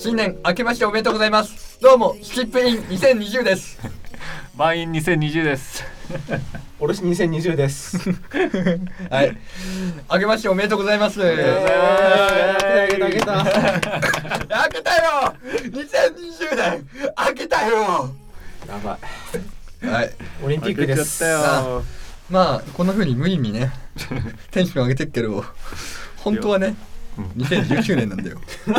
新年明けましておめでとうございます。どうもスキップイン2020です。 満員2020です。 おろし2020です。 はい、明けましておめでとうございます。 あげた開けたよ。2020年開けたよ。 やばい。 はい、 オリンピックです。 まあこんな風に無意味ねテンション上げてっけど本当はね2019年なんだよ。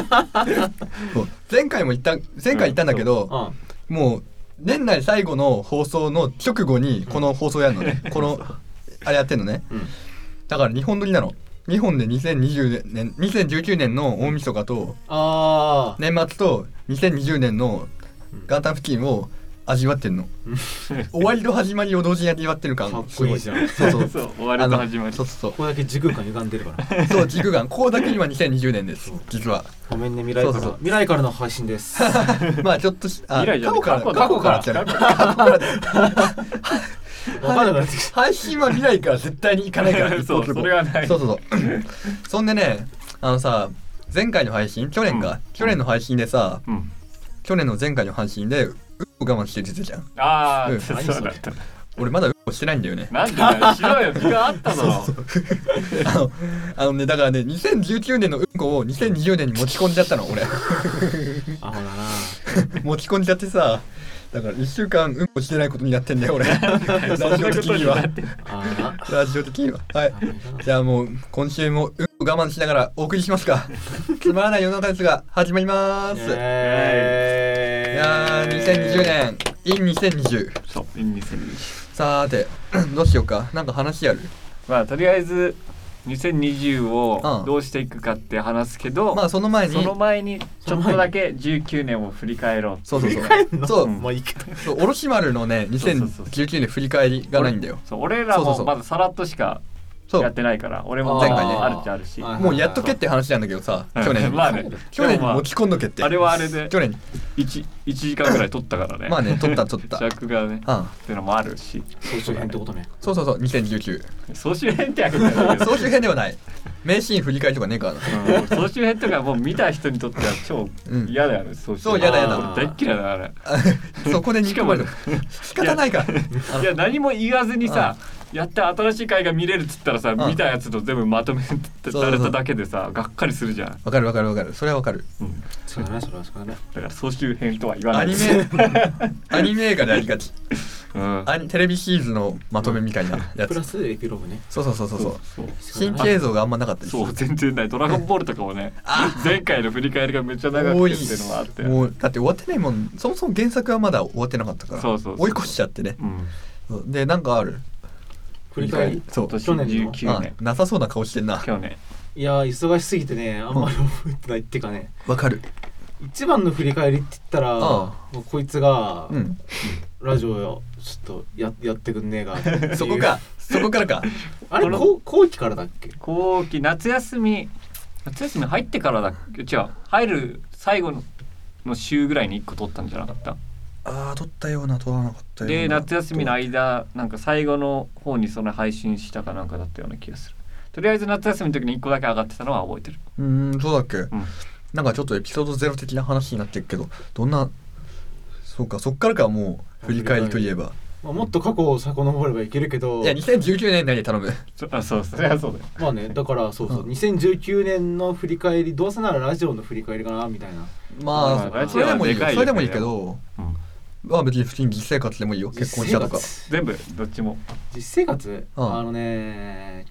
前回言ったんだけど、もう年内最後の放送の直後にこの放送やるのね、このあれやってんのね、だから2本撮りなの。2本で2019年の大晦日と年末と2020年の元旦付近を味わってんの。終わりと始まりを同時に味わってる感。 かっこいいじゃん。 そう終わりと始まり。 そうここだけ時空間歪んでるから。 そう時空間。ここだけには2020年です。実は。 ごめんね未来から。未来からの配信です。 まあちょっと未来じゃん。 過去からじゃない。配信は未来から絶対に行かないから。 そうそれはない。 そうそんでね、さ前回の配信去年の配信でさ、去年の前回の配信で我慢してるじゃん。 そうだった。 俺まだしてないんだよね。 なんでだよ、しろよ、時間あったの。 ね、だからね、2019年のうんこを2020年に持ち込んじゃったの俺。持ち込んじゃってさ、だから1週間うんこしてないことになってんだよ俺。ラジオ的には。ラジオ的には。はい。じゃあもう今週もうんこ我慢しながらお送りしますか。つまらない世の中ですが始まります。いやー2020年 in 2020。 そう in 2020。 さてどうしようか。なんか話ある？ まあとりあえず2020をどうしていくかって話すけど、 まあその前にちょっとだけ19年を振り返ろう。 そうもういいけど。 おろし丸のね2019年振り返りがないんだよ。 そう俺らもまださらっとしかやってないから、俺も前回ねあるっちゃあるし、 もうやっとけって話なんだけどさ、去年まあね、 去年に持ち込んどけって。あれはあれで去年 1時間ぐらい撮ったからね。 まあね、撮った尺がねっていうのもあるし、 総集編ってことね。 そう2019 総集編ってわけじゃないけど、 総集編ではない。名シーン振り返りとかねえからな。 総集編とかもう見た人にとっては超嫌だよね。 そう嫌だ。 大っ嫌いだあれ。 そこで憎まれる。仕方ないから。 いや何も言わずにさ、やって新しい回が見れるっつったらさ、見たやつと全部まとめされただけでさ、がっかりするじゃん。 わかる。それはわかる。 そうだね、それはそうだね。 だから総集編とは言わない。 アニメ映画でありがち。テレビシリーズのまとめみたいなやつ。 プラスエピローグね。 そう。新規映像があんまなかったり。 そう全然ない。ドラゴンボールとかもね、前回の振り返りがめっちゃ長くてっていうのがあって。 もうだって終わってないもん。そもそも原作はまだ終わってなかったから。追い越しちゃってね。でなんかある？ 振り返り。 そう去年19年。 なさそうな顔してんな。 去年。 いや忙しすぎてね、あんまり覚えてないっていうかね。 わかる。 一番の振り返りって言ったら、こいつがラジオよちょっとやってくんねえが。 そこからか。 あれ後期からだっけ？ 後期夏休み入ってからだっけ？違う、入る最後の週ぐらいに1個取ったんじゃなかった？ 取ったような取らなかったような。 で夏休みの間なんか最後の方にその配信したかなんかだったような気がする。とりあえず夏休みの時に1個だけ上がってたのは覚えてる。 そうだっけ？なんかちょっとエピソードゼロ的な話になってるけど、どんな。そうか、そっからか。もう振り返りといえばもっと過去を遡ればいけるけど、 いや2019年内に頼む。 そうそれはそうだよ。 まあね、だから2019年の振り返り、どうせならラジオの振り返りかなみたいな。 まあそれでもいいけど、まあ別に普通に実生活でもいいよ。結婚したとか全部どっちも。 実生活、去年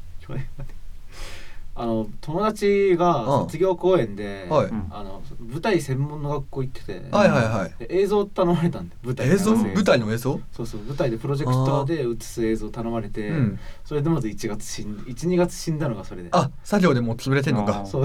友達が卒業公演で、舞台専門の学校行ってて、映像頼まれたんで、舞台の映像？そう舞台でプロジェクターで映す映像頼まれて、それでまず2月死んだのがそれで。 作業でもう潰れてんのか。そう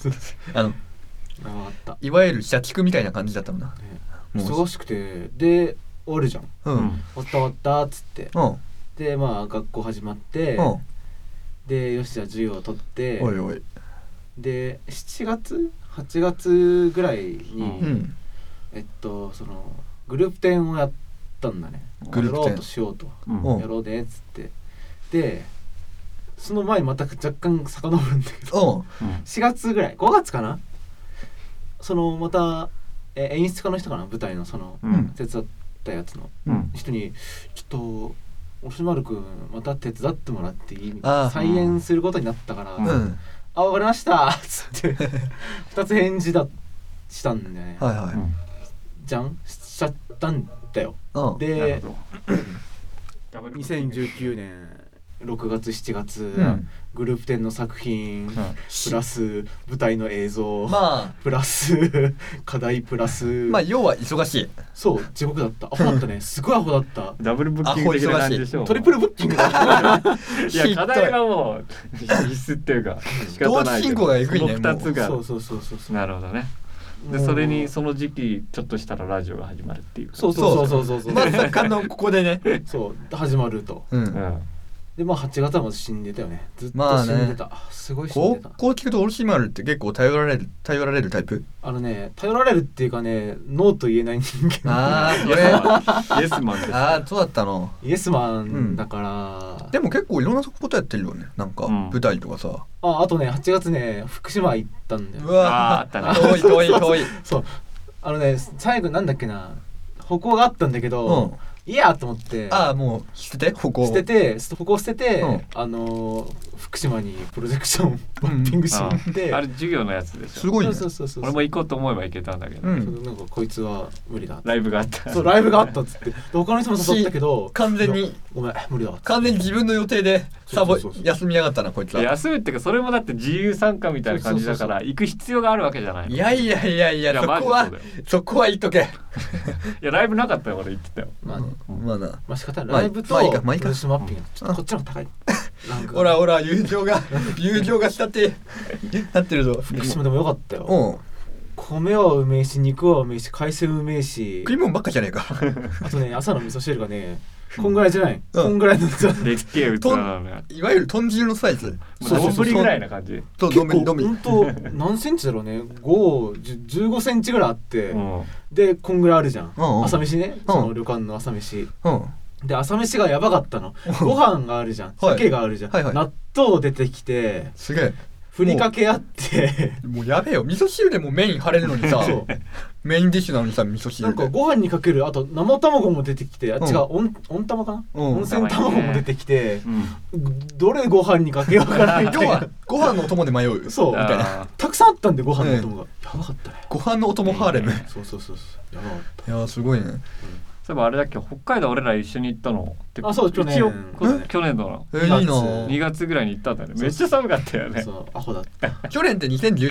いわゆる社畜みたいな感じだったもんな。 忙しくて、で終わるじゃん。終わったっつって、でまあ学校始まって、でよしじゃあ授業を取って、で7月8月ぐらいに、そのグループ展をやったんだね。やろうとしようと、やろうねっつって、でその前また若干遡るんだけど、4月ぐらい5月かなそのまた演出家の人かな、舞台のその、手伝ったやつの、人にちょっとおしまるくんまた手伝ってもらっていいみたいな、再演することになったから、あ、わかりましたっつって2つ返事したんだよね。じゃんしちゃったんだよ。で2019年6月7月、グループ10の作品、プラス舞台の映像、プラス課題プラス、 要は忙しい。 そう地獄だった。アホだったね。すごいアホだった。 ダブルブッキング的な感じでしょ。 トリプルブッキングだった。 いや課題はもう必須っていうか仕方ないけど、 同時進行がえぐいね。 この2つが。 そうなるほどね。でそれにその時期ちょっとしたらラジオが始まるっていう。 そうまさかのここでね。 そう始まると。で8月はまず死んでたよね。ずっと死んでた。すごい死んでた。 こう聞くとオルシマルって結構頼られるタイプ？ 頼られるっていうかね、ノーと言えない人間。 イエスマンです。 そうだったの。 イエスマンだから。 でも結構いろんなことやってるよね。なんか舞台とかさ。 あとね8月ね福島行ったんだよ。 うわあったね。遠い。 そう最後なんだっけな、歩行があったんだけど。いやと思って、 もう捨てて歩行捨てて福島にプロジェクションマッピングしに行って、 あれ授業のやつでしょ。 すごいね。 そう俺も行こうと思えば行けたんだけど、 なんかこいつは無理だ、 ライブがあった。 そうライブがあったっつって他の人も誘ったけど完全にごめん無理だ、 完全に自分の予定で休みやがったなこいつは。 休むってかそれもだって自由参加みたいな感じだから行く必要があるわけじゃない。 いやそこは言っとけ。 いやライブなかったよ俺言ってたよ。 仕方ない。ライブとプロジェクションマッピングちょっとこっちの方が高い。 ほら友情がしたってなってるぞ。 福島でもよかったよ。米はうめえし肉はうめえし海鮮うめえし食い物ばっかじゃねえか。 あとね朝の味噌汁がねこんぐらいじゃない、こんぐらいのでっけえ器なのね。 いわゆる豚汁のサイズ。 丼ぐらいな感じ。 結構ほんと何センチだろうね。15センチぐらいあって、でこんぐらいあるじゃん。朝飯ね、その旅館の朝飯。で朝飯がやばかったの。ご飯があるじゃん、鮭があるじゃん、納豆出てきて、 すげえふりかけあってもうやべえよ。味噌汁でもメイン張れるのにさメインディッシュなのにさ味噌汁なんかご飯にかける、あと生卵も出てきて、違う温玉かな、温泉卵も出てきて、どれご飯にかけようかなみたいな。 ご飯のお供で迷うそうみたいな。 たくさんあったんでご飯のお供がやばかったね。 ご飯のお供ハーレム。 そうやばかった。 いやすごいね。 そういえばあれだっけ、北海道俺ら一緒に行ったの。 そう去年。 去年のいいな。 2月ぐらいに行ったんだよね。めっちゃ寒かったよね。 そうアホだった。 去年って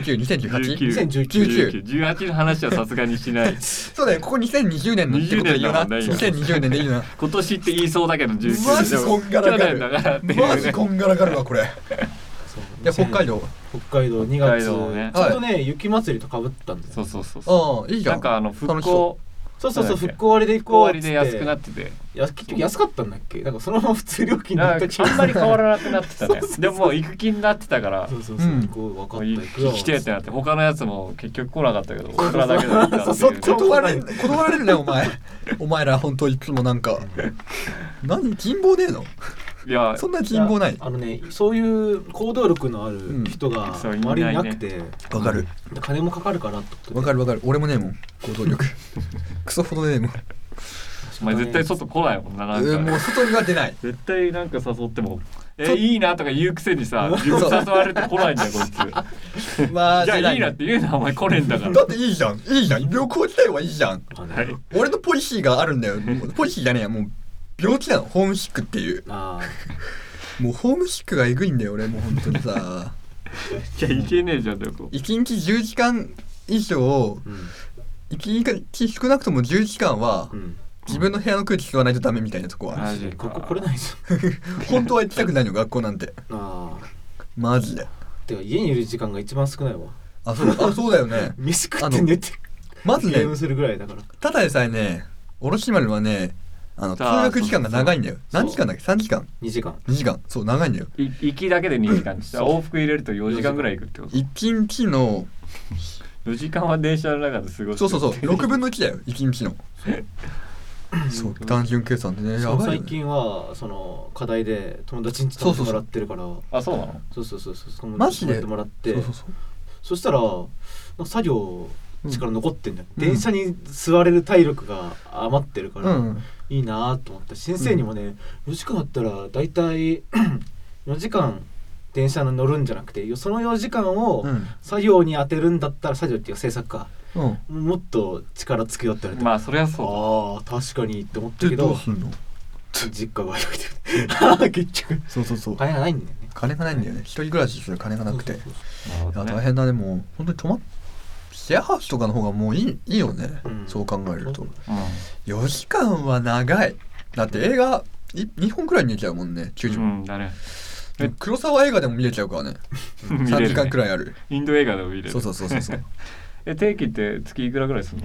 2019、2018、 18の話はさすがにしない。 そうだよ。ここ2020年のってことで言うな。2020年でいいな。 今年って言いそうだけど19年。 マジこんがらがる。マジこんがらがるわこれ。いや北海道 2月ちょっとね雪祭りと被ったんだよ。 そういいじゃん。 なんか復興そう復興割で行こうって安くなってて、 結局安かったんだっけ。なんかそのまま普通料金だった気があんまり変わらなくなってたね。でももう行く気になってたから、 そう分かった行きてってなって、他のやつも結局来なかったけど僕らだけだったっていう。 断られるねお前ら本当いつもなんか何人望ねえの。いやそんな人望ない。 そういう行動力のある人が周りになくて、 わかる。 金もかかるからってことで。わかる。俺もねえもん行動力。クソほどねえもん。 お前絶対外来ないもんな。なんかもう外には出ない。 絶対なんか誘ってもいいなとか言うくせにさ、自分誘われて来ないんだよこいつ。まあじゃあいいなって言うなお前来ねえんだから。 だっていいじゃん旅行自体はいいじゃん。俺のポリシーがあるんだよ。ポリシーじゃねえや、もう病気なの。ホームシックっていう。もうホームシックがえぐいんだよ俺もう本当にさ。 じゃあいけねえじゃん。1 日10時間以上、1日少なくとも10時間は自分の部屋の空気吸わないとダメみたいなとこはある。 ここ来れないじゃん。本当は行きたくないの学校なんて。マジで。 てか家にいる時間が一番少ないわ。 そうだよね。 飯食って寝てまずね、 ゲームするぐらいだから。 ただでさえね、卸丸はね通学時間が長いんだよ。何時間だっけ。3時間 2時間。 そう長いんだよ。 行きだけで2時間にしたら往復入れると4時間ぐらい行くってこと。 1日の 4時間は電車の中で過ごす。 そう6分の1だよ1日の。そう単純計算でね。やばいよね。 最近はその課題で友達に泊めてもらってるから。 あ、そうなの。 そうマジで泊めてもらって、そしたら作業力残ってんだよ、電車に座れる体力が余ってるから、いいなと思った。先生にもね、4時間あったらだいたい4時間電車に乗るんじゃなくて、その4時間を作業に当てるんだったら、作業っていうか制作か、もっと力つくよって言われて、 まあそれはそうだ、確かにって思ったけど、 どうすんの？ 実家が広いて結局そう金がないんだよね。 金がないんだよね、一人暮らしする金がなくて。いや大変だね。もう本当にシェアハウスとかの方がもういいよね、そう考えると。4時間は長い。だって映画2本くらい見れちゃうもんね、90 だね。 黒沢映画でも見れちゃうからね3時間くらいある。 インド映画でも見れる。 そう定期って月いくらぐらいするの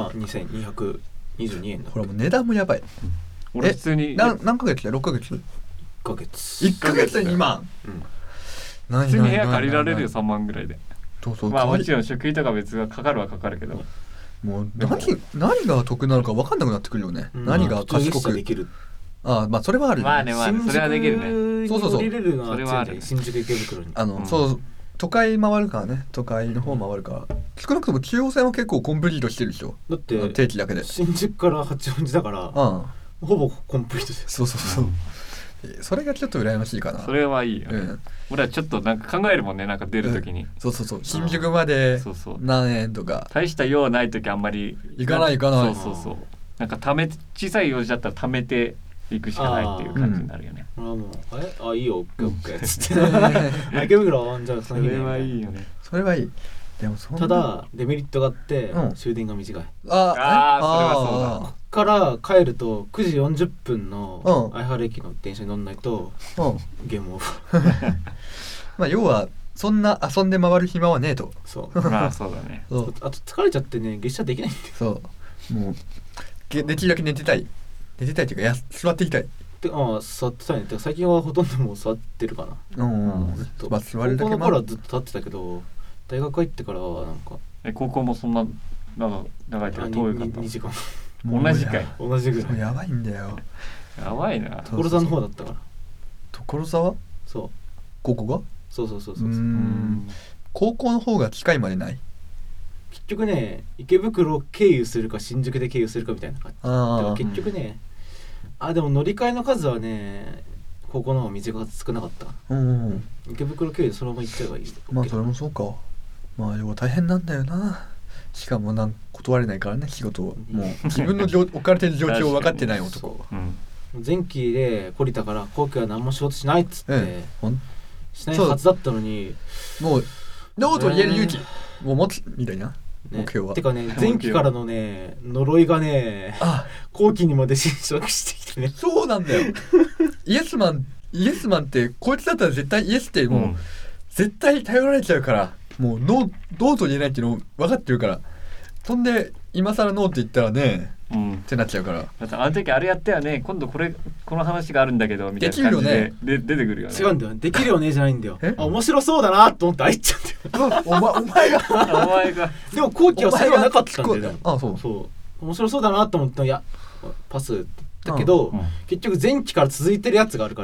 ？2222円だ。 これもう値段もやばい。 俺普通に何ヶ月で6ヶ月 1 ヶ月で2万。 普通に部屋借りられるよ、3万ぐらいで。 そうまあもちろん食費とか別がかかるはかかるけど、 もう何が得なのか分かんなくなってくるよね。何が賢くできる。まあそれはある。 まあね、それはできるね。 そうそれはある。 新宿池袋にそう都会回るからね、都会の方回るから、少なくとも中央線は結構コンプリートしてるでしょ。 だって定期だけで新宿から八王子だから、ほぼコンプリートです。 そうそれがちょっと羨ましいかな。 それはいいよね。俺はちょっとなんか考えるもんね、なんか出るときに。 そう新宿まで何円とか。 大した用ないときあんまり行かない。 そうなんか小さい用事だったら貯めていくしかないっていう感じになるよね。 もういいよ、オッケーっつって池袋じゃあそれはいいよね。 それはいい。でもただデメリットがあって終電が短い。 それはそうだ。 こっから帰ると9時40分の相原駅の電車に乗んないとゲームオフ。 まあ要はそんな遊んで回る暇はねえと。 まあそうだね。 あと疲れちゃってね、月謝できないんだよ。 そうもうできるだけ寝てたいっていうか座っていきたい。 座ってたいね。最近はほとんどもう座ってるかな。 まあ座るだけ。 高校の頃はずっと立ってたけど、大学入ってからはなんか高校もそんな長いというか遠いかった。 2時間同じかい。 同じぐらい。 やばいんだよ。 やばいな。 所沢の方だったから。 所沢？ そう。 高校が？そう。高校の方が近いまでない？ 結局ね、池袋経由するか新宿で経由するかみたいな感じ。だから結局ね、でも乗り換えの数はね、高校の方が短く少なかった。池袋経由でそのまま行っちゃえばいい。 まあそれもそうか。まあ要は大変なんだよな。しかも断れないからね、仕事を。もう自分の置かれてる状況を分かってない男。 前期で懲りたから後期は何も仕事しないっつって、しないはずだったのに、 もうノーと言える勇気を持つみたいな目標は。 てかね、前期からのね呪いがね、後期にまで侵食してきてね。 そうなんだよ。イエスマンってこいつだったら絶対イエスってもう絶対頼られちゃうから、もうノーと言えないっていうの分かってるから、そんで今更ノーって言ったらね、ってなっちゃうから。 だってあの時あれやったよね、今度この話があるんだけどみたいな感じで出てくるよね。 違うんだよ、できるよねじゃないんだよ。面白そうだなと思って入っちゃうんだよ。お前がでも後期はそれはなかったんだよ。そう面白そうだなと思ったら、いやパスだけど、結局前期から続いてるやつがあるから、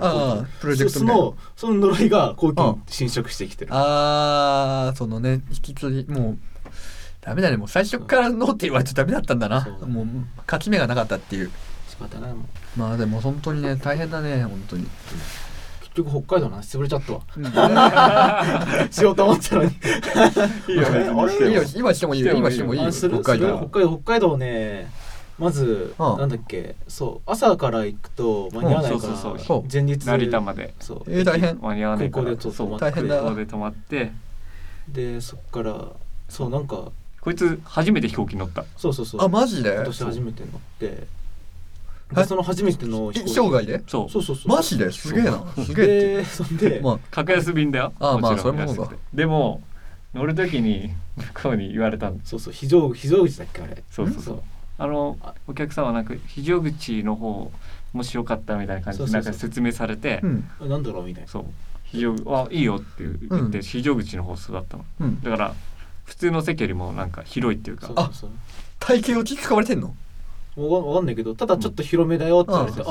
プロジェクトみたいな、 その呪いが後期に侵食してきてる。 そのね、引き継ぎもうダメだね。もう最初からノーって言われちゃダメだったんだな。もう勝ち目がなかったっていう。 仕方ないもん。 まあでも本当にね、大変だね、本当に。 結局北海道の話潰れちゃったわ。しようと思ったのに。 いいよ、今してもいいよ。 北海道ね、まずなんだっけ、朝から行くと間に合わないから、前日成田まで。 大変。 間に合わないから。 大変だ。 空港で泊まって、 でそっからなんかこいつ初めて飛行機乗った。 そうマジで？ 今年初めて乗って、でその初めての飛行機生涯で？ そうマジですげえな。すげえって。 そんで格安便だよ。 まあそれもそうか。 でも乗る時に向こうに言われたんだ。 非常口だっけあれ。 そうお客さんはなんか非常口の方もしよかったみたいな感じでなんか説明されて、 なんだろうみたいな。 そういいよって言って非常口の方座ったの。だから普通の席よりもなんか広いっていうか。 体型を使われてんの？ わかんないけど、ただちょっと広めだよって言われて、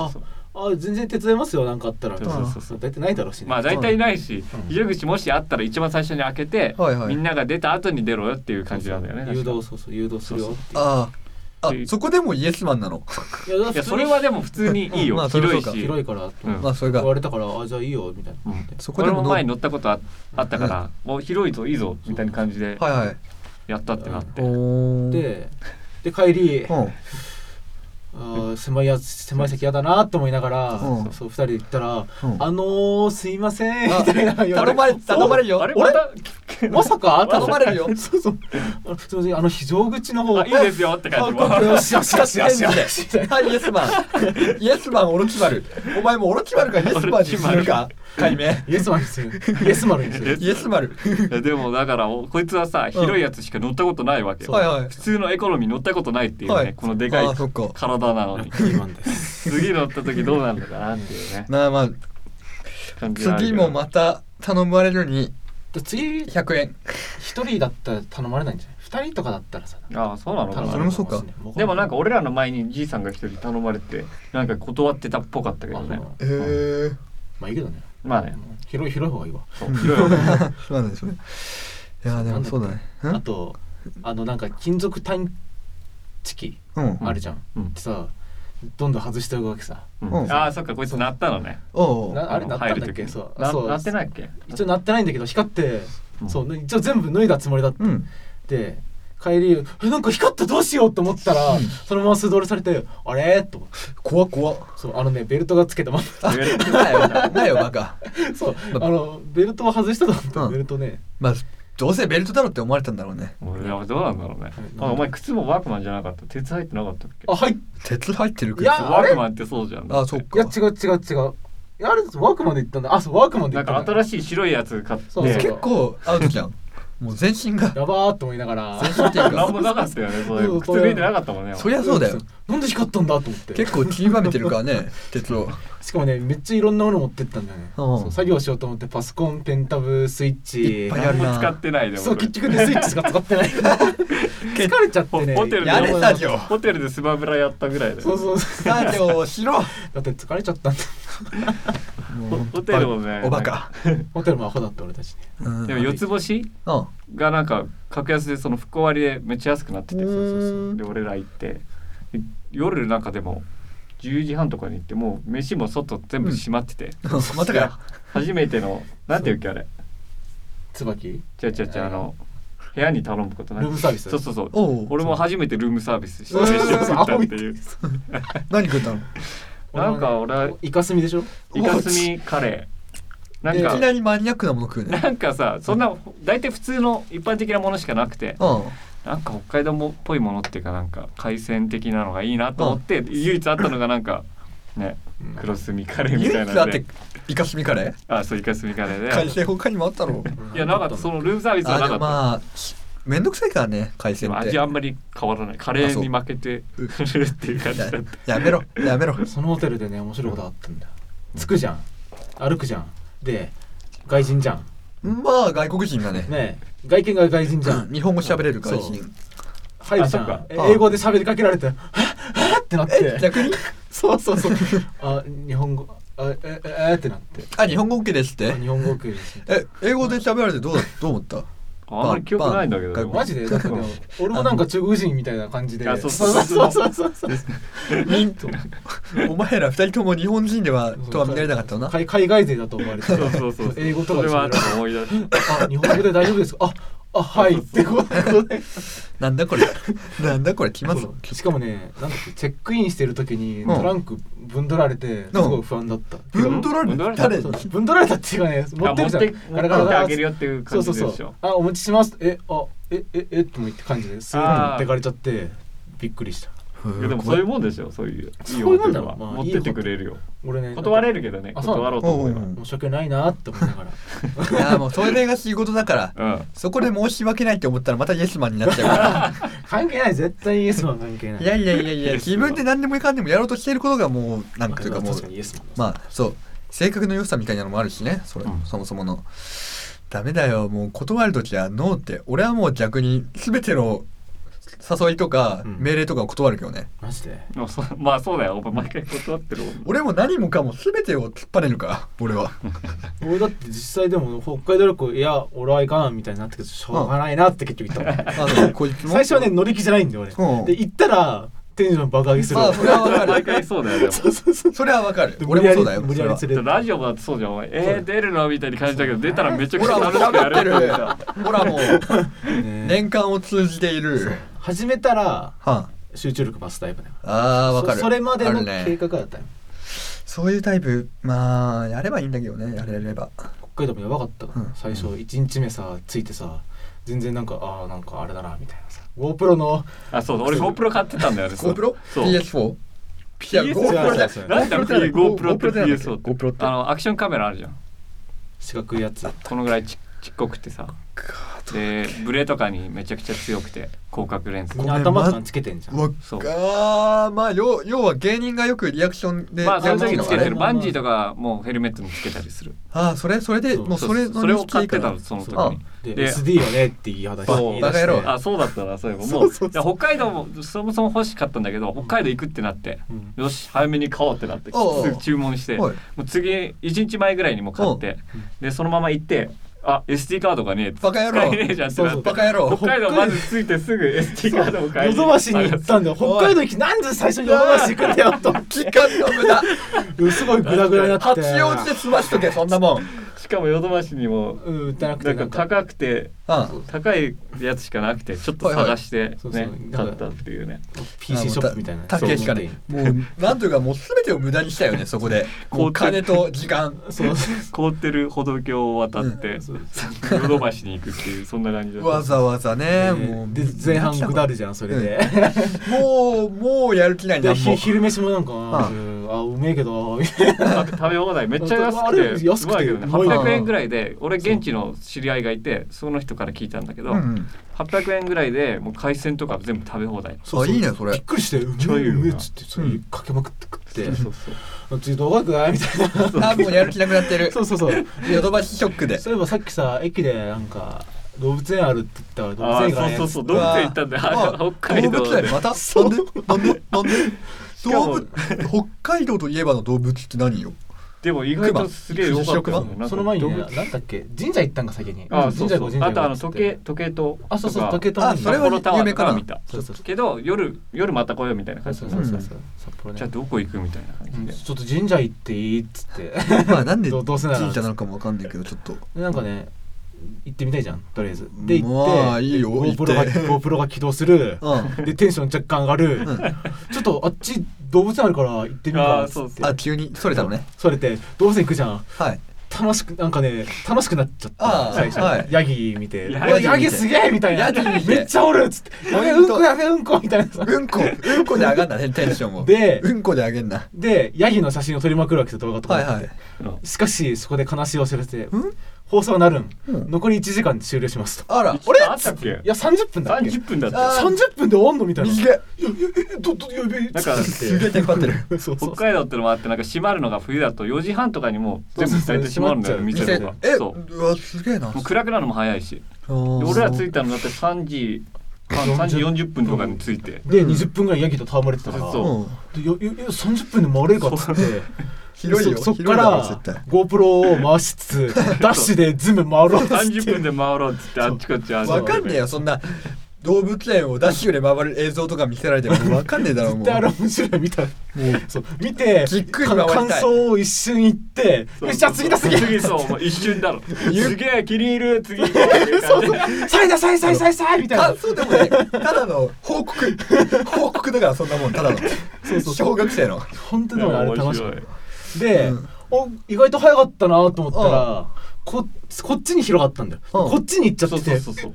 全然手伝いますよなんかあったら。 そう大体ないだろうしね。 まあ大体ないし、非常口もしあったら一番最初に開けて、みんなが出た後に出ろよっていう感じなんだよね。 誘導するよ。 そこでもイエスマンなの。 いやそれはでも普通にいいよ。広いし。 広いから。 まあそれが言われたからじゃあいいよみたいな。 そこでも前に乗ったことあったから、もう広いぞいいぞみたいな感じでやったってなって。 で帰り。狭い席やだなと思いながら、そう2人で行ったらすいませんみたいな頼まれるよ。 まさか頼まれるよ。 すいません非常口の方いいですよって感じ。 よしよしよしよし。 はいイエスマンオロチマル。お前もオロチマルかイエスマンにするか。解明。 イエスマンにする。イエスマルにする。 イエスマル。 でもだからこいつはさ広いやつしか乗ったことないわけよ。普通のエコノミー乗ったことないっていうね、このでかい体なのに。次乗った時どうなるのかなっていうね。 まあ次もまた頼まれるに次 100円。 1人だったら頼まれないんじゃない？2人とかだったらさ。 そうなのかな。 それもそうか。 でもなんか俺らの前にじいさんが1人頼まれてなんか断ってたっぽかったけどね。 まあいいけどね。 まあね。 広い方がいいわ。 広い方がいい。 そうなんですね。いやでもそうだね。 あとなんか金属探知機あるじゃん。ってさ。どんどん外しておくわけさ。 そっかこいつ鳴ったのね。 あれ鳴ったんだっけ？ 鳴ってないっけ？ 一応鳴ってないんだけど光って一応全部脱いだつもりだった。で帰りなんか光ったどうしようと思ったらそのまま素通りされてあれと思って怖そうベルトがつけたままないよバカ。 そうベルトを外したと思ったベルトね。 まあどうせベルトだろって思われたんだろうね。 どうなんだろうね。お前靴もワークマンじゃなかった？鉄入ってなかったっけ？ はい。 鉄入ってる靴。 ワークマンってそうじゃん。 そっか。 いや違う。いやあれワークマンで行ったんだ。そうワークマンで行ったんだ。 なんか新しい白いやつ買って。 結構アウトじゃん。もう全身がやばーと思いながら何もなかったよね。靴脱いでなかったもんね。 そりゃそうだよ。 なんで光ったんだと思って。 結構ちりばめてるからね鉄を。 しかもねめっちゃいろんなもの持ってったんだよね。作業しようと思ってパソコンペンタブスイッチいっぱいあるな。 使ってないでも。 そう結局ねスイッチしか使ってない。疲れちゃってね。 ホテルでスマブラやったぐらいで。 そう作業しろ。 だって疲れちゃったんだ。 ホテルもねおバカ。 ホテルもアホだった俺たちね。でも四つ星がなんか格安でその復興割でめっちゃ安くなってて、で俺ら行って夜なんかでも10時半とかに行ってもう飯も外全部閉まってて、 またか初めてのなんていうっけあれ椿？ 違う部屋に頼むことない。 ルームサービス。 そう俺も初めてルームサービスして飯を食ったっていう。 何食ったの？ なんか俺イカスミでしょ？ イカスミカレー。なんかいきなりマニアックなもの食うね。 なんかさそんな大体普通の一般的なものしかなくて、なんか北海道っぽいものっていうかなんか海鮮的なのがいいなと思って唯一あったのがなんかね黒スミカレーみたいなので。 イカスミカレー？ そうイカスミカレーで。 海鮮他にもあったろ。 いやなかった。そのルームサービスはなかった。 まあめんどくさいからね海鮮って。 味あんまり変わらない。カレーに負けてるっていう感じだった。 やめろ。 そのホテルでね面白いことあったんだ。着くじゃん歩くじゃんで外人じゃん。 まあ外国人がね外見が外人じゃん。 日本語喋れる外人入るじゃん。英語で喋りかけられてってなって。 逆にそう日本語ってなって。 日本語 OK ですって。 日本語 OK です。 英語で喋られてどう思った？ あんまり記憶ないんだけど。 マジでだって俺もなんか中国人みたいな感じで。そうミント。 お前ら二人とも日本人ではとは見られなかったな。 海外勢だと思われて。 そう英語とかで喋られて思い出し。 日本語で大丈夫ですか？はいってことで。 なんだこれ来ますしかもねなんだっけチェックインしてる時にトランクぶんどられてすごい不安だった。 ぶんどられた？誰に？ ぶんどられたっていうかね持ってるじゃん。 ガラガラあげるよっていう感じでしょ。 そうお持ちします。っても言って感じですぐ持ってかれちゃってびっくりした。 いやでもそういうもんでしょ。そういうもんだわ。 持ってってくれるよ。 俺ね断れるけどね。断ろうと思うよ。 申し訳ないなって思いながら。 いやもうそれが仕事だから、そこで申し訳ないって思ったらまたイエスマンになっちゃうから。 関係ない絶対イエスマン関係ない。 いや自分で何でもいかんでもやろうとしていることがもうなんかというかもうまあそう性格の良さみたいなのもあるしね。そもそものダメだよもう断るときはノーって。俺はもう逆に全ての誘いとか命令とかを断るけどね。 マジで。 まあそうだよ。お前毎回断ってるもん。 俺も何もかも全てを突っ張れるから俺は。 俺だって実際でも北海道旅行いや俺は行かんみたいになってけどしょうがないなって結局言ったもん。こいつも最初はね乗り気じゃないんだよ俺。で行ったらテンション爆上げする。 それはわかる。 毎回そうだよ。 それはわかる。俺もそうだよ。 無理やり連れて。 ラジオだってそうじゃん。お前出るのみたいに感じたけど出たらめちゃくちゃ楽しくやれる。 ほらもう年間を通じている。 始めたら集中力増すタイプだよ。 わかる。 それまでの計画だったよ。 そういうタイプまあやればいいんだけどねやれれば。 北海道もやばかったから最初1日目さついてさ全然なんかなんかあれだなみたいなさ GoPro のそう俺 GoPro 買ってたんだよね。 GoPro？ PS4？ PS4 なんだ GoPro って PS4 って GoPro ってアクションカメラあるじゃん。 四角いやつこのぐらいちっこくてさでブレとかにめちゃくちゃ強くて広角レンズみんな頭とかつけてんじゃん。 そうまあ要は芸人がよくリアクションでそれだけつけてるバンジーとかもうヘルメットにつけたりする。 それでもうそれを買ってたのその時に。 で SD よねって言い話してそうだったな。そういえばもう北海道もそもそも欲しかったんだけど北海道行くってなってよし早めに買おうってなってすぐ注文してもう次1日前ぐらいにも買ってでそのまま行ってSD カードがねえバカ野郎使えねえじゃんってなってバカ野郎北海道まず着いてすぐ SD カードを買いにヨドバシに行ったんだよ。北海道行きなんで最初にヨドバシ行くんだよと期間の無駄すごいグダグダになって八王子で済ましとけそんなもん。 しかもヨドバシにも売ってなくてなんか高くて高いやつしかなくてちょっと探してね買ったっていうね PC ショップみたいな高いしかねもうなんというかもう全てを無駄にしたよねそこでもう金と時間凍ってる歩道橋を渡ってヨドバシに行くっていうそんな感じだった。 わざわざねもうで前半ぐだるじゃんそれでもうやる気ないんだもん。 昼飯もなんかうめえけど食べ放題めっちゃ安くてうまいけどね800円ぐらいで俺現地の知り合いがいてその人から聞いたんだけど800円ぐらいでもう海鮮とか全部食べ放題。 いいねそれ。 びっくりしてうめえっつってそれかけまくって食って次どこ行くかみたいなもうやる気なくなってる。 そうヨドバシショックで。 そういえばさっきさ駅でなんか動物園あるって言ったから動物園がねそう動物園行ったんだよ北海道で。 またなんで北海道といえばの動物って何よ。 でも意外とすげえ良かったよね。 その前にねなんだっけ神社行ったんか先に。 あと時計塔そう時計塔それは有名かな見たけど夜また来ようみたいな感じでじゃあどこ行くみたいな感じでちょっと神社行っていいっつってまあなんでどうせなら神社なのかもわかんないけどちょっとなんかね行ってみたいじゃんとりあえずで行っていいよ GoPro が起動するでテンション若干上がるちょっとあっち動物園あるから行ってみるか急にそれたのね。 それて動物園行くじゃん。 はい楽しくなっちゃった最初ヤギ見てヤギすげえみたいなめっちゃおるっつってうんこみたいなさうんこで上がんなテンションもでうんこで上げんなでヤギの写真を撮りまくるわけですよ動画とかしかしそこで悲しいお知らせ放送はなる残り1時間で終了しますと。 あら俺あったっけ。いや30分だっけ。 30分だって 30分で終わんのみたいな。 短い。 やべえなんかすげえテンパってる。 北海道ってのもあってなんか閉まるのが冬だと4時半とかにもう全部大体閉まるんだよ店とか。 うわすげえな。 もう暗くなるのも早いし。俺ら着いたのだって3時40分とかに着いてで20分ぐらいヤギと戯れてたから30分で回れるかっつって広いよ。 そっから GoPro を回しつつダッシュで全部回ろうっつって 30分で回ろうっつってあっちこっちわかんねえよそんな動物園をダッシュで回る映像とか見せられても分かんねえだろうもう。 絶対あれ面白い見たそう見てじっくり回りたい感想を一瞬言ってよしじゃあ次そう一瞬だろすげえ気に入る次サイだサイみたいな感想でもねただの報告だからそんなもんただの小学生の本当にあれ楽しいで意外と早かったなと思ったらこっちに広がったんだよ。こっちに行っちゃってて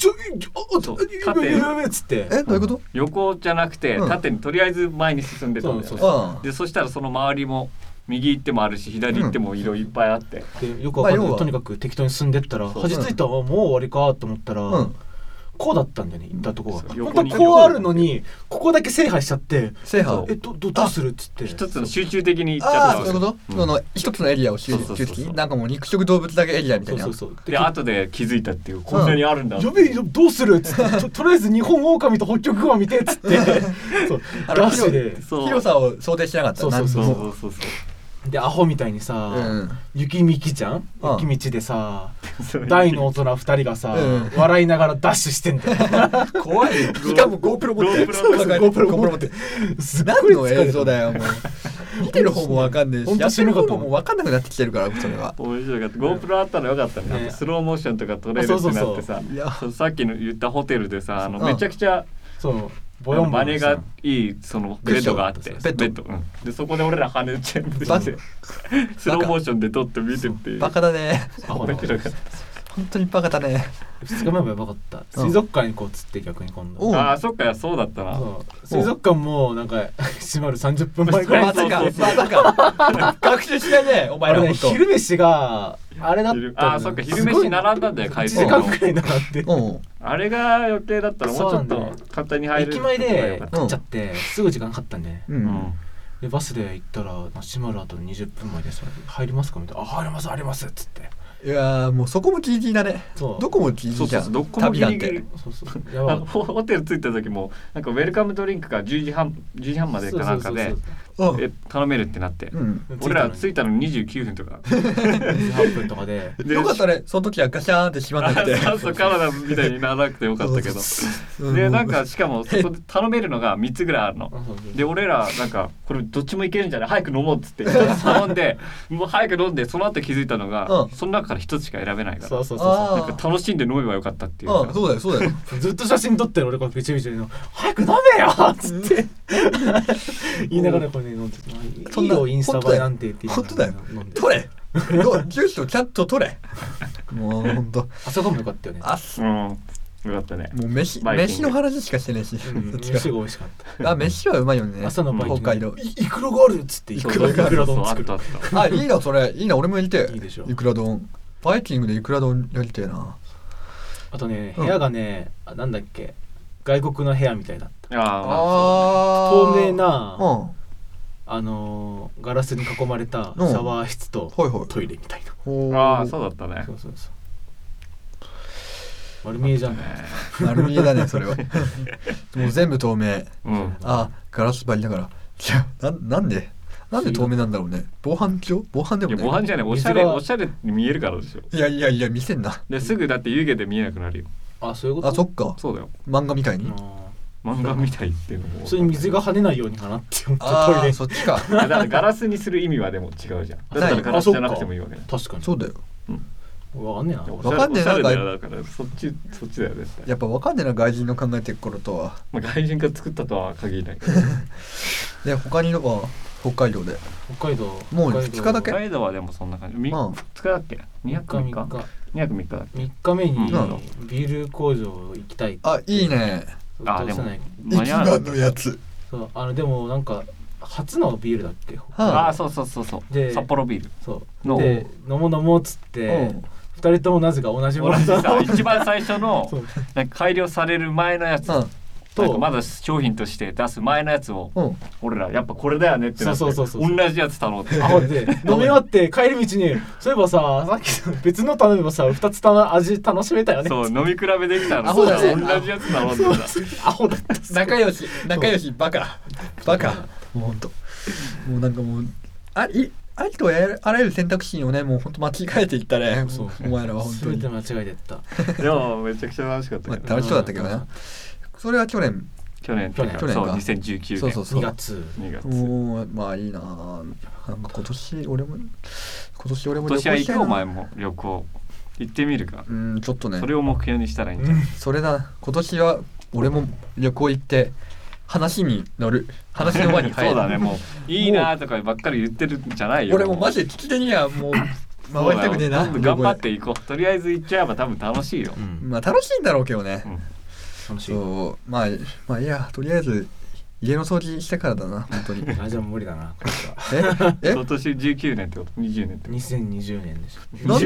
やべえっつってどういうこと？ 横じゃなくて縦にとりあえず前に進んでたんだよ。でそしたらその周りも右行ってもあるし左行っても色いっぱいあってでよくわかんないとにかく適当に進んでったら端ついたらもう終わりかと思ったらこうだったんだよね、行ったとこが本当こうあるのにここだけ制覇しちゃって、 制覇どうするっつって一つの集中的に行っちゃった。 そういうこと、その一つのエリアを集中的に、なんかもう肉食動物だけエリアみたいな。 で後で気づいたっていう、こんなにあるんだ。 やべえどうするっつってとりあえず日本狼と北極熊見てっつってそうダッシュで広さを想定してなかった。 そうでアホみたいにさ、雪道じゃん、雪道でさ大の大人2人がさ、笑いながらダッシュしてんだよ怖いよ。しかも GoPro 持って GoPro 持って何の映像だよ。もう見てる方も分かんねえし、やってる方も分かんなくなってきてるから。それは面白かった。 GoPro あったらよかったね。スローモーションとか撮れるってなってさ、さっきの言ったホテルでさ、めちゃくちゃマネがいいそのベッドがあって、ベッド、でそこで俺ら羽全部してスローモーションで撮って見てってバカだね。 面白かった。 本当にバカだね。 2日前もやばかった。水族館にこう釣って逆に今度。 ああそっか、そうだったな。 水族館もなんか閉まる30分前ぐらい。 まさか学習しないねお前ら。本当昼飯があれだった。 あそっか、昼飯並んだんだよ。 1時間くらい並んで。 あれが余計だったらもうちょっと簡単に入る。 駅前で取っちゃってすぐ時間かかったんで。でバスで行ったら閉まる後の20分前で入りますかみたいな。入りますありますっつって。 いやもうそこもギリギリだね。どこもギリギリじゃん。 どこもギリギリ。ホテル着いた時もなんかウェルカムドリンクが10時半までかなんかで頼めるってなって、俺ら着いたの29分とか 28分とかでよかったね。その時はガシャーンって閉まんなくてそうカナダみたいにならなくてよかったけどでなんかしかもそこで頼めるのが3つぐらいあるので、俺らなんかこれどっちもいけるんじゃない、早く飲もうっつって1つ頼んでもう早く飲んで、その後気づいたのがその中から1つしか選べないから、なんか楽しんで飲めばよかったっていう。 そうだよそうだよずっと写真撮ってる俺がビチビチの早く飲めよっつって言いながらこれね飲んでいいよインスタ映えなんて言って本当だよ。撮れ住所ちゃんと撮れ。もう本当あそこもよかったよね。 よかったね。 もう飯の話しかしてないし、 飯が美味しかった。 飯はうまいよね。 朝のバイキング北海道イクラがあるっつってイクラ丼作る。 あいいなそれ、いいな俺もやりてえ。 いいでしょ。 イクラ丼バイキングでイクラ丼やりてえな。 あとね部屋がねなんだっけ外国の部屋みたいだった。透明なガラスに囲まれたシャワー室とトイレみたいな。 ああそうだったね。 そう丸見えじゃん。 丸見えだねそれは。もう全部透明。ガラス張りだから。いやなんで透明なんだろうね。防犯でもね。 防犯じゃない、おしゃれに見えるからでしょ。 いや見せんな。 ですぐだって湯気で見えなくなるよ。 あそういうこと。 あそっか。 そうだよ。 漫画みたいに。 漫画みたいっていうのも。 それに水が跳ねないようにかなって思ったトイレ。 そっちか。 だからガラスにする意味はでも違うじゃん。だったらガラスじゃなくてもいいわけね。 確かに。 そうだよ。 わかんねえな。 わかんねえな。 だからそっちだよね。 やっぱわかんねえな外人の考えてる頃とは。 外人が作ったとは限らないけど。 で他には北海道で。 北海道もう2日だけ。 北海道はでもそんな感じ。2日だっけ？2泊3日だっけ ？3日目にビール工場行きたい。 あいいね。 でも一番のやつ。 そうでもなんか初のビールだっけ？ そうで札幌ビール。 そうで飲もうっつって2人ともなぜか同じものだ。一番最初のなんか改良される前のやつとまだ商品として出す前のやつを俺らやっぱこれだよねってなって同じやつ頼んで飲み終わって帰り道にそういえばさっき別の頼めばさ2つ味楽しめたよね。 そう飲み比べできたの。同じやつ頼んでた。アホだった。 仲良しバカもうほんともうなんかもうありとあらゆる選択肢をねもうほんと間違えていったね。お前らは本当に全て間違えてった。 でもめちゃくちゃ楽しかったけど。 楽しそうだったけどね。それは去年そう2019年そう 2月おおまあいいな。なんか今年俺も今年は行く。お前も旅行行ってみるか。 ちょっとねそれを目標にしたらいいんじゃない。 それだ。今年は俺も旅行行って話の輪に入る。 そうだね。もういいなとかばっかり言ってるんじゃないよ。 俺もマジで聞き手にはもう回りたくねえな。 頑張っていこう。とりあえず行っちゃえば多分楽しいよ。 まあ楽しいんだろうけどね。 楽しい。 そうまあいいやとりあえず家の掃除してからだな本当に。 あじゃあ無理だな今年は。今年19年ってこと20年って 2020年でしょ。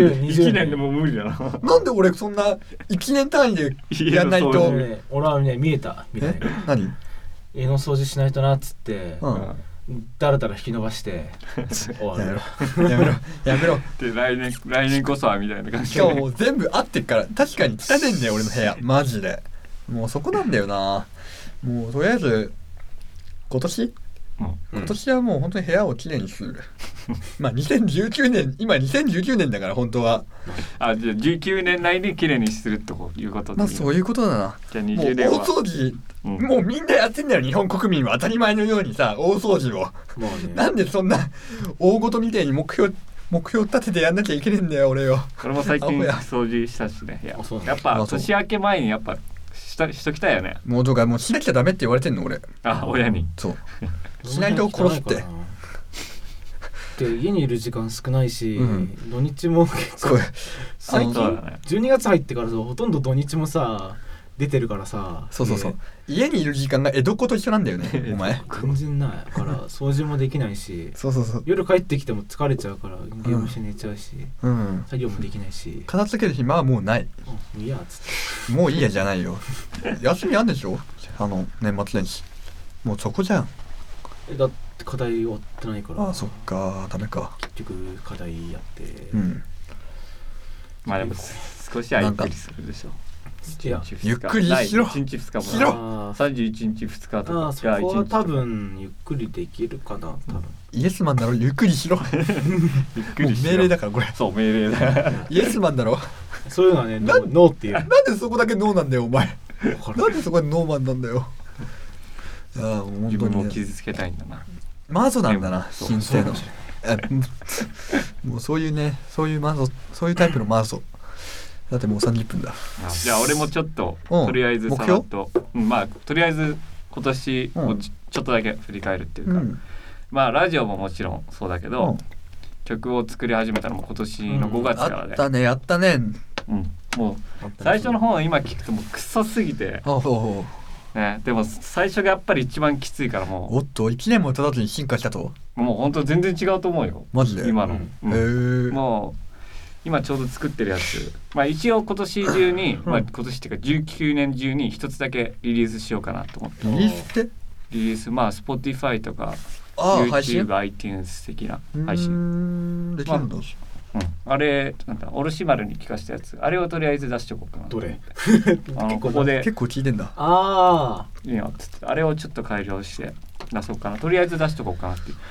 1年でも無理だな。 なんで俺そんな1年単位でやんないと。 俺はね見えたみたいな。 何？ 家の掃除しないとなっつって、だらだら引き伸ばして終わる。 やめろで来年こそはみたいな感じ。 しかももう全部合ってっから確かに汚ねんだよ俺の部屋マジで。もうそこなんだよな。もうとりあえず今年はもう本当に部屋をきれいにする。まあ2019年今2019年だから本当は。 あじゃあ19年内にきれいにするっていうことで。 まあそういうことだな。 じゃあ20年はもう大掃除、もうみんなやってんだよ日本国民は当たり前のようにさ大掃除を。もうね、なんでそんな大事みたいに目標立ててやんなきゃいけないんだよ俺よ。 これも最近掃除したしね。やっぱ年明け前にやっぱしときたいよね。 もうとかもうしなきゃダメって言われてんの俺。 あ親に。 そうしないと殺すって。 で家にいる時間少ないし、土日も結構最近12月入ってからほとんど土日もさ出てるからさ。 そう家にいる時間が江戸っ子と一緒なんだよねお前。 全然ないから掃除もできないし夜帰ってきても疲れちゃうからゲームして寝ちゃうし、作業もできないし片付ける暇はもうない。 いやつってもういいやじゃないよ。休みあんでしょ年末年始。もうそこじゃん。 だって課題終わってないから。 あそっかダメか。 結局課題やって、 まあでも少しはゆっくりするでしょ。 ゆっくりしろ。 1日2日も31日2日とか。 そこは多分ゆっくりできるかな多分。 イエスマンだろゆっくりしろ。 ゆっくりしろ。 命令だからこれ。 そう命令だ。 イエスマンだろ。 そういうのはねノーっていう。 なんでそこだけノーなんだよお前。なんでそこでノーマンなんだよ。 自分も傷つけたいんだな。 マゾなんだな神聖の。もうそういうねそういうタイプのマゾ。だってもう30分だ。 じゃあ俺もちょっととりあえずさらっとまあとりあえず今年をちょっとだけ振り返るっていうか、まあラジオももちろんそうだけど、曲を作り始めたのも今年の5月からで。 やったね。 もう最初の方は今聞くともうクソすぎて。ね、でも最初がやっぱり一番きついからもう。 おっと1年も経たずに進化したと。 もう本当全然違うと思うよ。 マジで今の。もう今ちょうど作ってるやつ。まあ一応今年中に、まあ今年っていうか19年中に一つだけリリースしようかなと思って。 リリースって？ リリースまあ Spotify とか YouTube、iTunes 的な配信。 できるんだ。 あれなんだ卸丸に聞かしたやつあれをとりあえず出しておこうかな。 どれ？ ここで結構聞いてんだ。 いいよっつってあれをちょっと改良して出そうかな。とりあえず出しておこうかなっていう。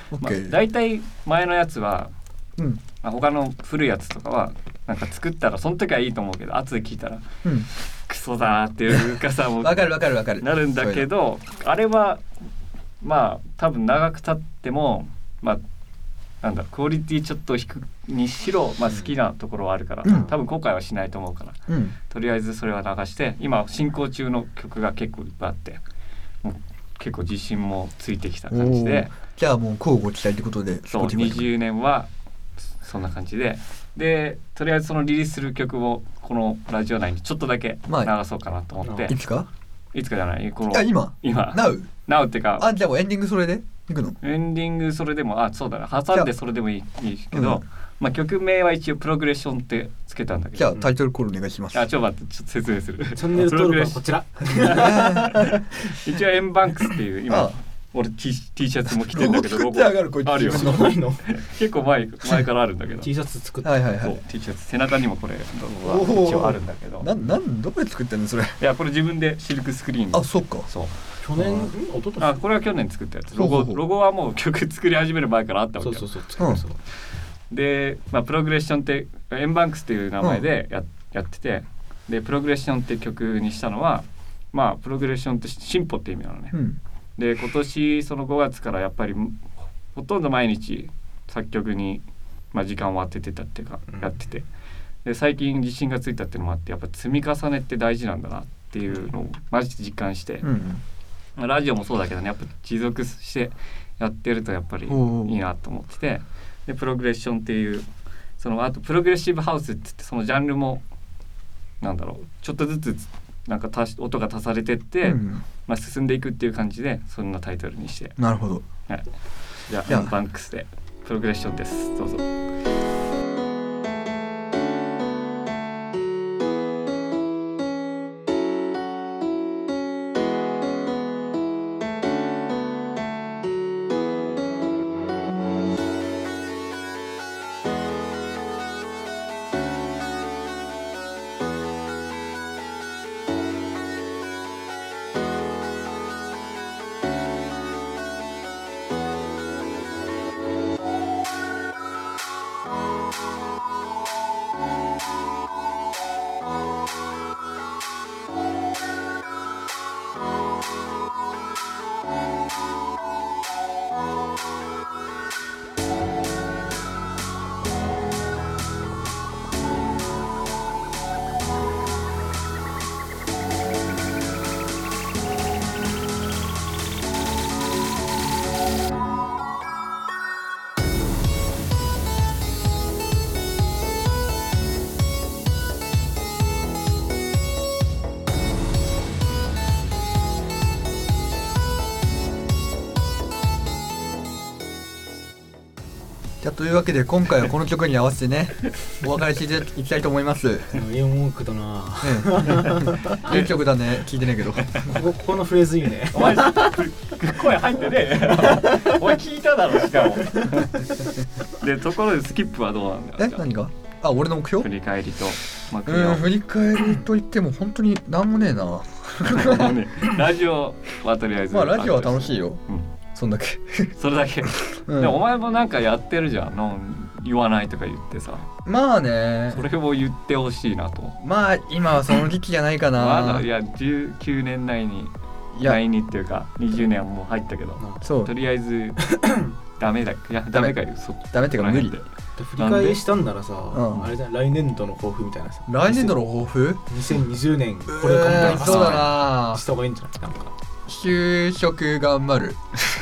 だいたい前のやつは、他の古いやつとかはなんか作ったらその時はいいと思うけど後で聞いたら、クソだっていうかさもうわかるなるんだけどあれはまあ多分長く経ってもまあなんだクオリティちょっと低にしろ、まあ、好きなところはあるから、多分後悔はしないと思うから、とりあえずそれは流して今進行中の曲が結構いっぱいあってもう結構自信もついてきた感じで。 じゃあもう交互期待ってことでそう20年はそんな感じでとりあえずそのリリースする曲をこのラジオ内にちょっとだけ流そうかなと思って、 いつかじゃないこの今 Now ってかじゃあエンディングそれでいくの？ エンディングそれでもそうだね挟んでそれでもいいけど、まあ曲名は一応プログレッションってつけたんだけど。 じゃあタイトルコールお願いします。 ちょっと待ってちょっと説明する。 チャンネル登録はこちら。 一応エンバンクスっていう今俺 T シャツも着てんだけどロゴあるよ。 結構前からあるんだけど T シャツ作って、 T シャツ背中にもこれ一応あるんだけどどこで作ってんのそれ？いやこれ自分でシルクスクリーン。 そっか。 そう去年一昨年これは去年作ったやつ。ロゴはもう曲作り始める前からあったわけよ。 そうで、まあ、プログレッションってエンバンクスっていう名前でやってて、でプログレッションって曲にしたのはまあプログレッションって進歩って意味なのね。で今年その5月からやっぱりほとんど毎日作曲に、まあ、時間を当ててたっていうかやってて、で最近自信がついたっていうのもあってやっぱ積み重ねって大事なんだなっていうのをマジで実感して、ラジオもそうだけどねやっぱ持続してやってるとやっぱりいいなと思ってて、でプログレッションっていうあとプログレッシブハウスって言ってそのジャンルもなんだろうちょっとずつなんか音が足されてって、まあ、進んでいくっていう感じでそんなタイトルにして。 なるほど、 はい、じゃあバンクスでプログレッションです。どうぞ。 というわけで今回はこの曲に合わせてねお別れしていきたいと思います。 いい音楽だな、 いい曲だね。聞いてないけどここのフレーズいいね。 お前声入ってねお前聞いただろしかもでところでスキップはどうなんだよ。 何が俺の目標振り返りと幕よ。 振り返りといっても本当になんもねえなラジオはとりあえずラジオは楽しいよ、そんだけそれだけ、でもお前もなんかやってるじゃん言わないとか言ってさ。 まあね、 それを言ってほしいなと。 まあ今はその時期じゃないかなまだいや19年内にっていうか20年はもう入ったけど、 そうとりあえずダメだ。いやダメかよ。 ダメっていうか無理。 振り返りしたんならさ、あれじゃ来年度の抱負みたいなさ。 来年度の抱負 ？2020年これ頑張ります。 そうだな。 した方がいいんじゃない？なんか就職頑張る。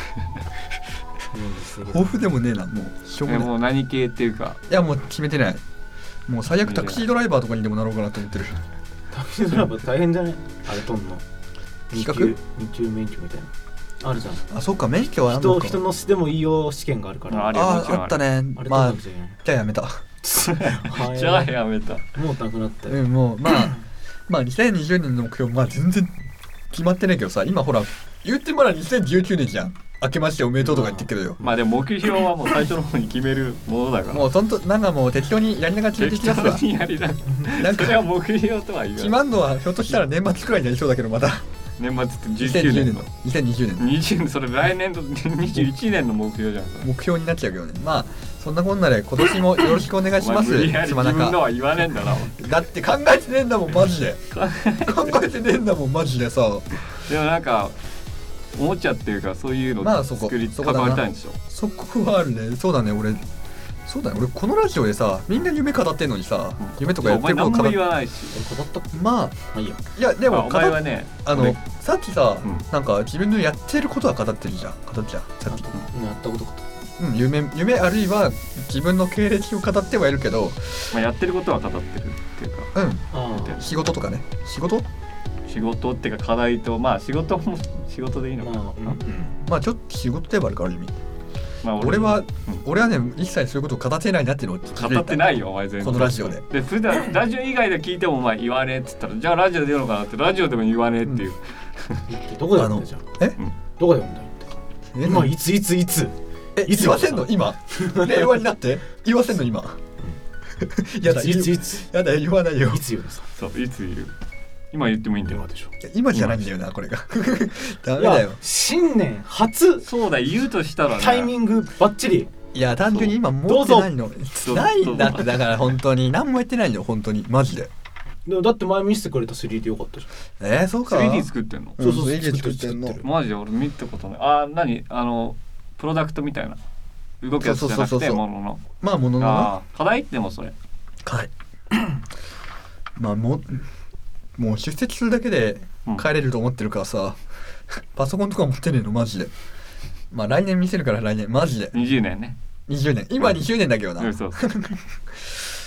抱負でもねえな、もうしょうがない。もう何系っていうか。 いやもう決めてない。もう最悪タクシードライバーとかにでもなろうかなと思ってる。 タクシードライバー大変じゃない？あれ取んの。 資格 2級免許みたいな。あるじゃん。 そっか、免許はあるのか。 人乗せてもいいよ試験があるから。 あったね。まあじゃあやめた。 じゃあやめた。 もうなくなったよ。もうまあ2020年の目標全然決まってないけどさ、今ほら言ってまだ2019年じゃん。明けましておめでとうとか言ってるけどよ。 まあでも目標はもう最初の方に決めるものだから。 もうそんとなんかもう適当にやりながら決めてきますわ。 適当にやりながら。なんかそれは目標とは言う。 決まんのはひょっとしたら年末くらいになりそうだけどまた。 年末って19年の 2020年 20年それ来年度21年の目標じゃん。 目標になっちゃうけどね。まあそんなこんなで今年もよろしくお願いします。 無理やり自分のは言わねえんだな。 だって考えてねえんだもんマジで。考えてねえんだもんマジでさ。 でもなんかおもちゃっていうかそういうの作り関わりたいんでしょ。 そこはあるね。そうだね。俺このラジオでさみんな夢語ってんのにさ、夢とかやってること語言わないし。 語ったまあいいよ。いやでもお前はねさっきさ、なんか自分のやってることは語ってるじゃん。語っちゃうさっき。 やったことか。 夢あるいは自分の経歴を語ってはいるけど、 やってることは語ってるっていうか。仕事とかね。仕事っていうか課題と仕事も仕事でいいのかな。 まあちょっと仕事ではあるから意味。俺はね一切そういうことを語ってないなっていうのを語ってないよお前全然このラジオで。 で普段ラジオ以外で聞いてもお前言わねえっつったらじゃあラジオで言うのかなってラジオでも言わねえっていう。 どこでやるんだじゃん。どこでやるんだよって。今いつ言わせんの今。令和になって言わせんの今。やだやだ言わないよ。 いつ言うのさ。 そういつ言う。今言ってもいいんだよ。 今じゃないんだよなこれが。ダメだよ。 新年初。 そうだ言うとしたらね。 タイミングバッチリ。 いや単純に今持ってないの。ないんだってだから本当に何もやってないの本当にマジで。 でもだって前見せてくれた 3D よかったじゃん。そうか。 3D 作ってんの。 そう 3D 作ってんの。 マジで俺見たことない。何プロダクトみたいな動くやつじゃなくてものの。 まあものの。 課題ってもそれ。 課題。まあもう出席するだけで帰れると思ってるからさ、パソコンとか持ってねえのマジで。まあ来年見せるから。来年マジで 20年ね。 20年今20年だけどな。 そう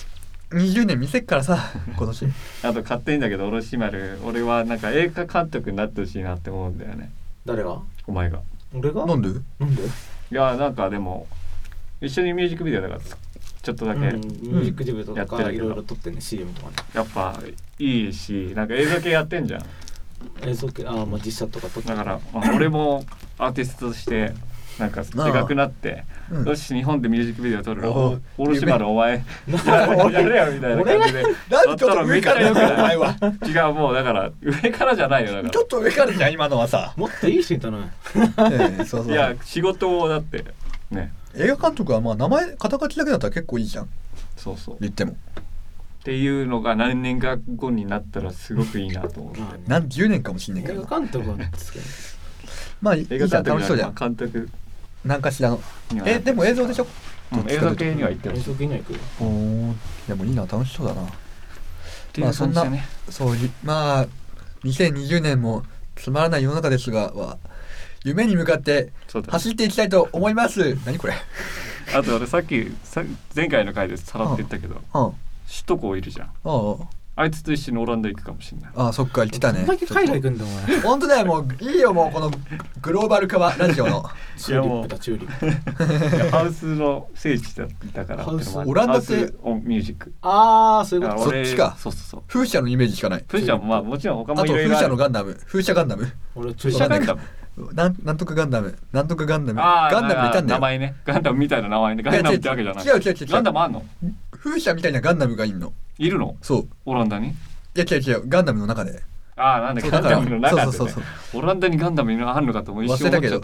20年見せっからさ今年あと勝手にだけど卸丸俺はなんか映画監督になってほしいなって思うんだよね。 誰が？ お前が。 俺が？ なんで？ いやなんかでも一緒にミュージックビデオだからちょっとだけ、 ミュージックビデオとかいろいろ撮ってね CM とかね。 やっぱいいしなんか映像系やってんじゃん。 映像系まあ実写とか撮ってだから、俺もアーティストとしてなんかでかくなって、よし日本でミュージックビデオ撮るの卸丸お前やれよみたいな感じでなんでちょっと上からよくないお前は違うもうだから上からじゃないよだからちょっと上からじゃん今のはさもっといい人いたなそういや仕事だってね映画監督はまあ名前肩書きだけだったら結構いいじゃんそう言ってもっていうのが何年か後になったらすごくいいなと思って何10年かもしんないけど映画監督はですけどまあいいじゃん楽しそうじゃん監督何かしらのでも映像でしょ映像系には行ってる映像系には行くよでもいいな楽しそうだなまあそんなそうまあ2020年もつまらない世の中ですがは夢に向かって走っていきたいと思います。何これあと俺さっき前回の回でさらって言ったけど首都高いるじゃんあいつと一緒にオランダ行くかもしれない。 あそっか言ってたね。 どんだけ海外行くんだお前。 本当だよもういいよもうこのグローバル化はラジオのチューリップだチューリップ。 ハウスの聖地だからオランダってミュージック。 ああそういうこと。 そっちか。 そう風車のイメージしかない。 風車もまあもちろん他もいろいろある。あと風車のガンダム風車ガンダム。 俺風車ガンダム。 なんとかガンダムなんとかガンダムガンダムいたんだよ。 名前ねガンダムみたいな名前ねガンダムってわけじゃない。 違うガンダムあんの？ 風車みたいなガンダムがいんの。 いるの？ そう。 オランダに？ いや違うガンダムの中で。 なんだガンダムの中で、ね。 そうオランダにガンダムあるのかとも一瞬思っちゃった。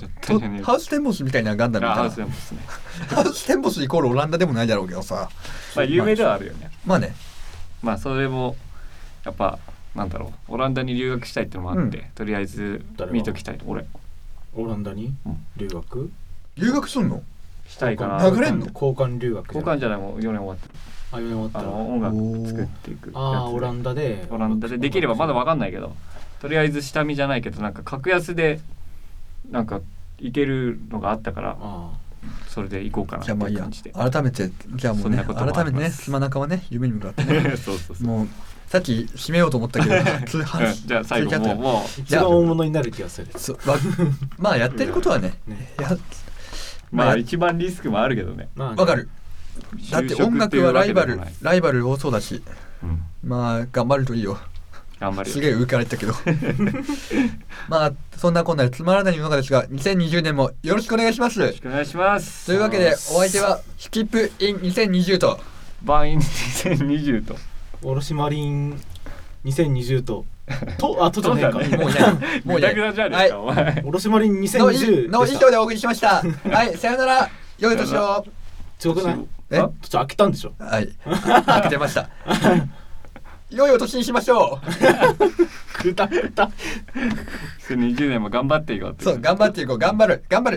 ハウステンボスみたいなガンダムみたいな。 ハウステンボスね。 ハウステンボスイコールオランダでもないだろうけどさ。 まあ有名ではあるよね。 まあね。 まあそれもやっぱなんだろうオランダに留学したいってのもあって、とりあえず見ときたい俺。 オランダに留学？ 留学すんの？ したいかな。 流れんの？ 交換留学。 交換じゃないもう4年終わった。 4年終わったら音楽作っていくオランダでできればまだ分かんないけどとりあえず下見じゃないけどなんか格安でなんか行けるのがあったからそれで行こうかなっていう感じで。 改めてじゃあもうね改めてね島中はね夢に向かってねそうもうさっき締めようと思ったけどじゃあ最後もう一番大物になる気がする。 まあやってることはねまあ一番リスクもあるけどね。 わかる。だって音楽はライバル多そうだし、まあ頑張るといいよ。すげえ上から言ったけどまあそんなこんなでつまらない世の中ですが2020年もよろしくお願いします。 よろしくお願いします。 というわけでお相手はスキップイン2020とバーイン2020と卸マリン2020ととじゃねえかもうやぐじゃねえかお前卸マリン2020 の以上でお送りしましたはいさよなら良い年を。 違くない？ちょっと開けたんでしょ？ はい開けてました良いお年にしましょうくた 2020年も頑張っていこうって。 そう頑張っていこう頑張るはい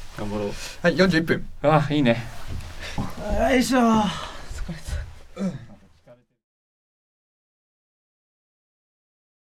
41分いいねよいしょ疲れた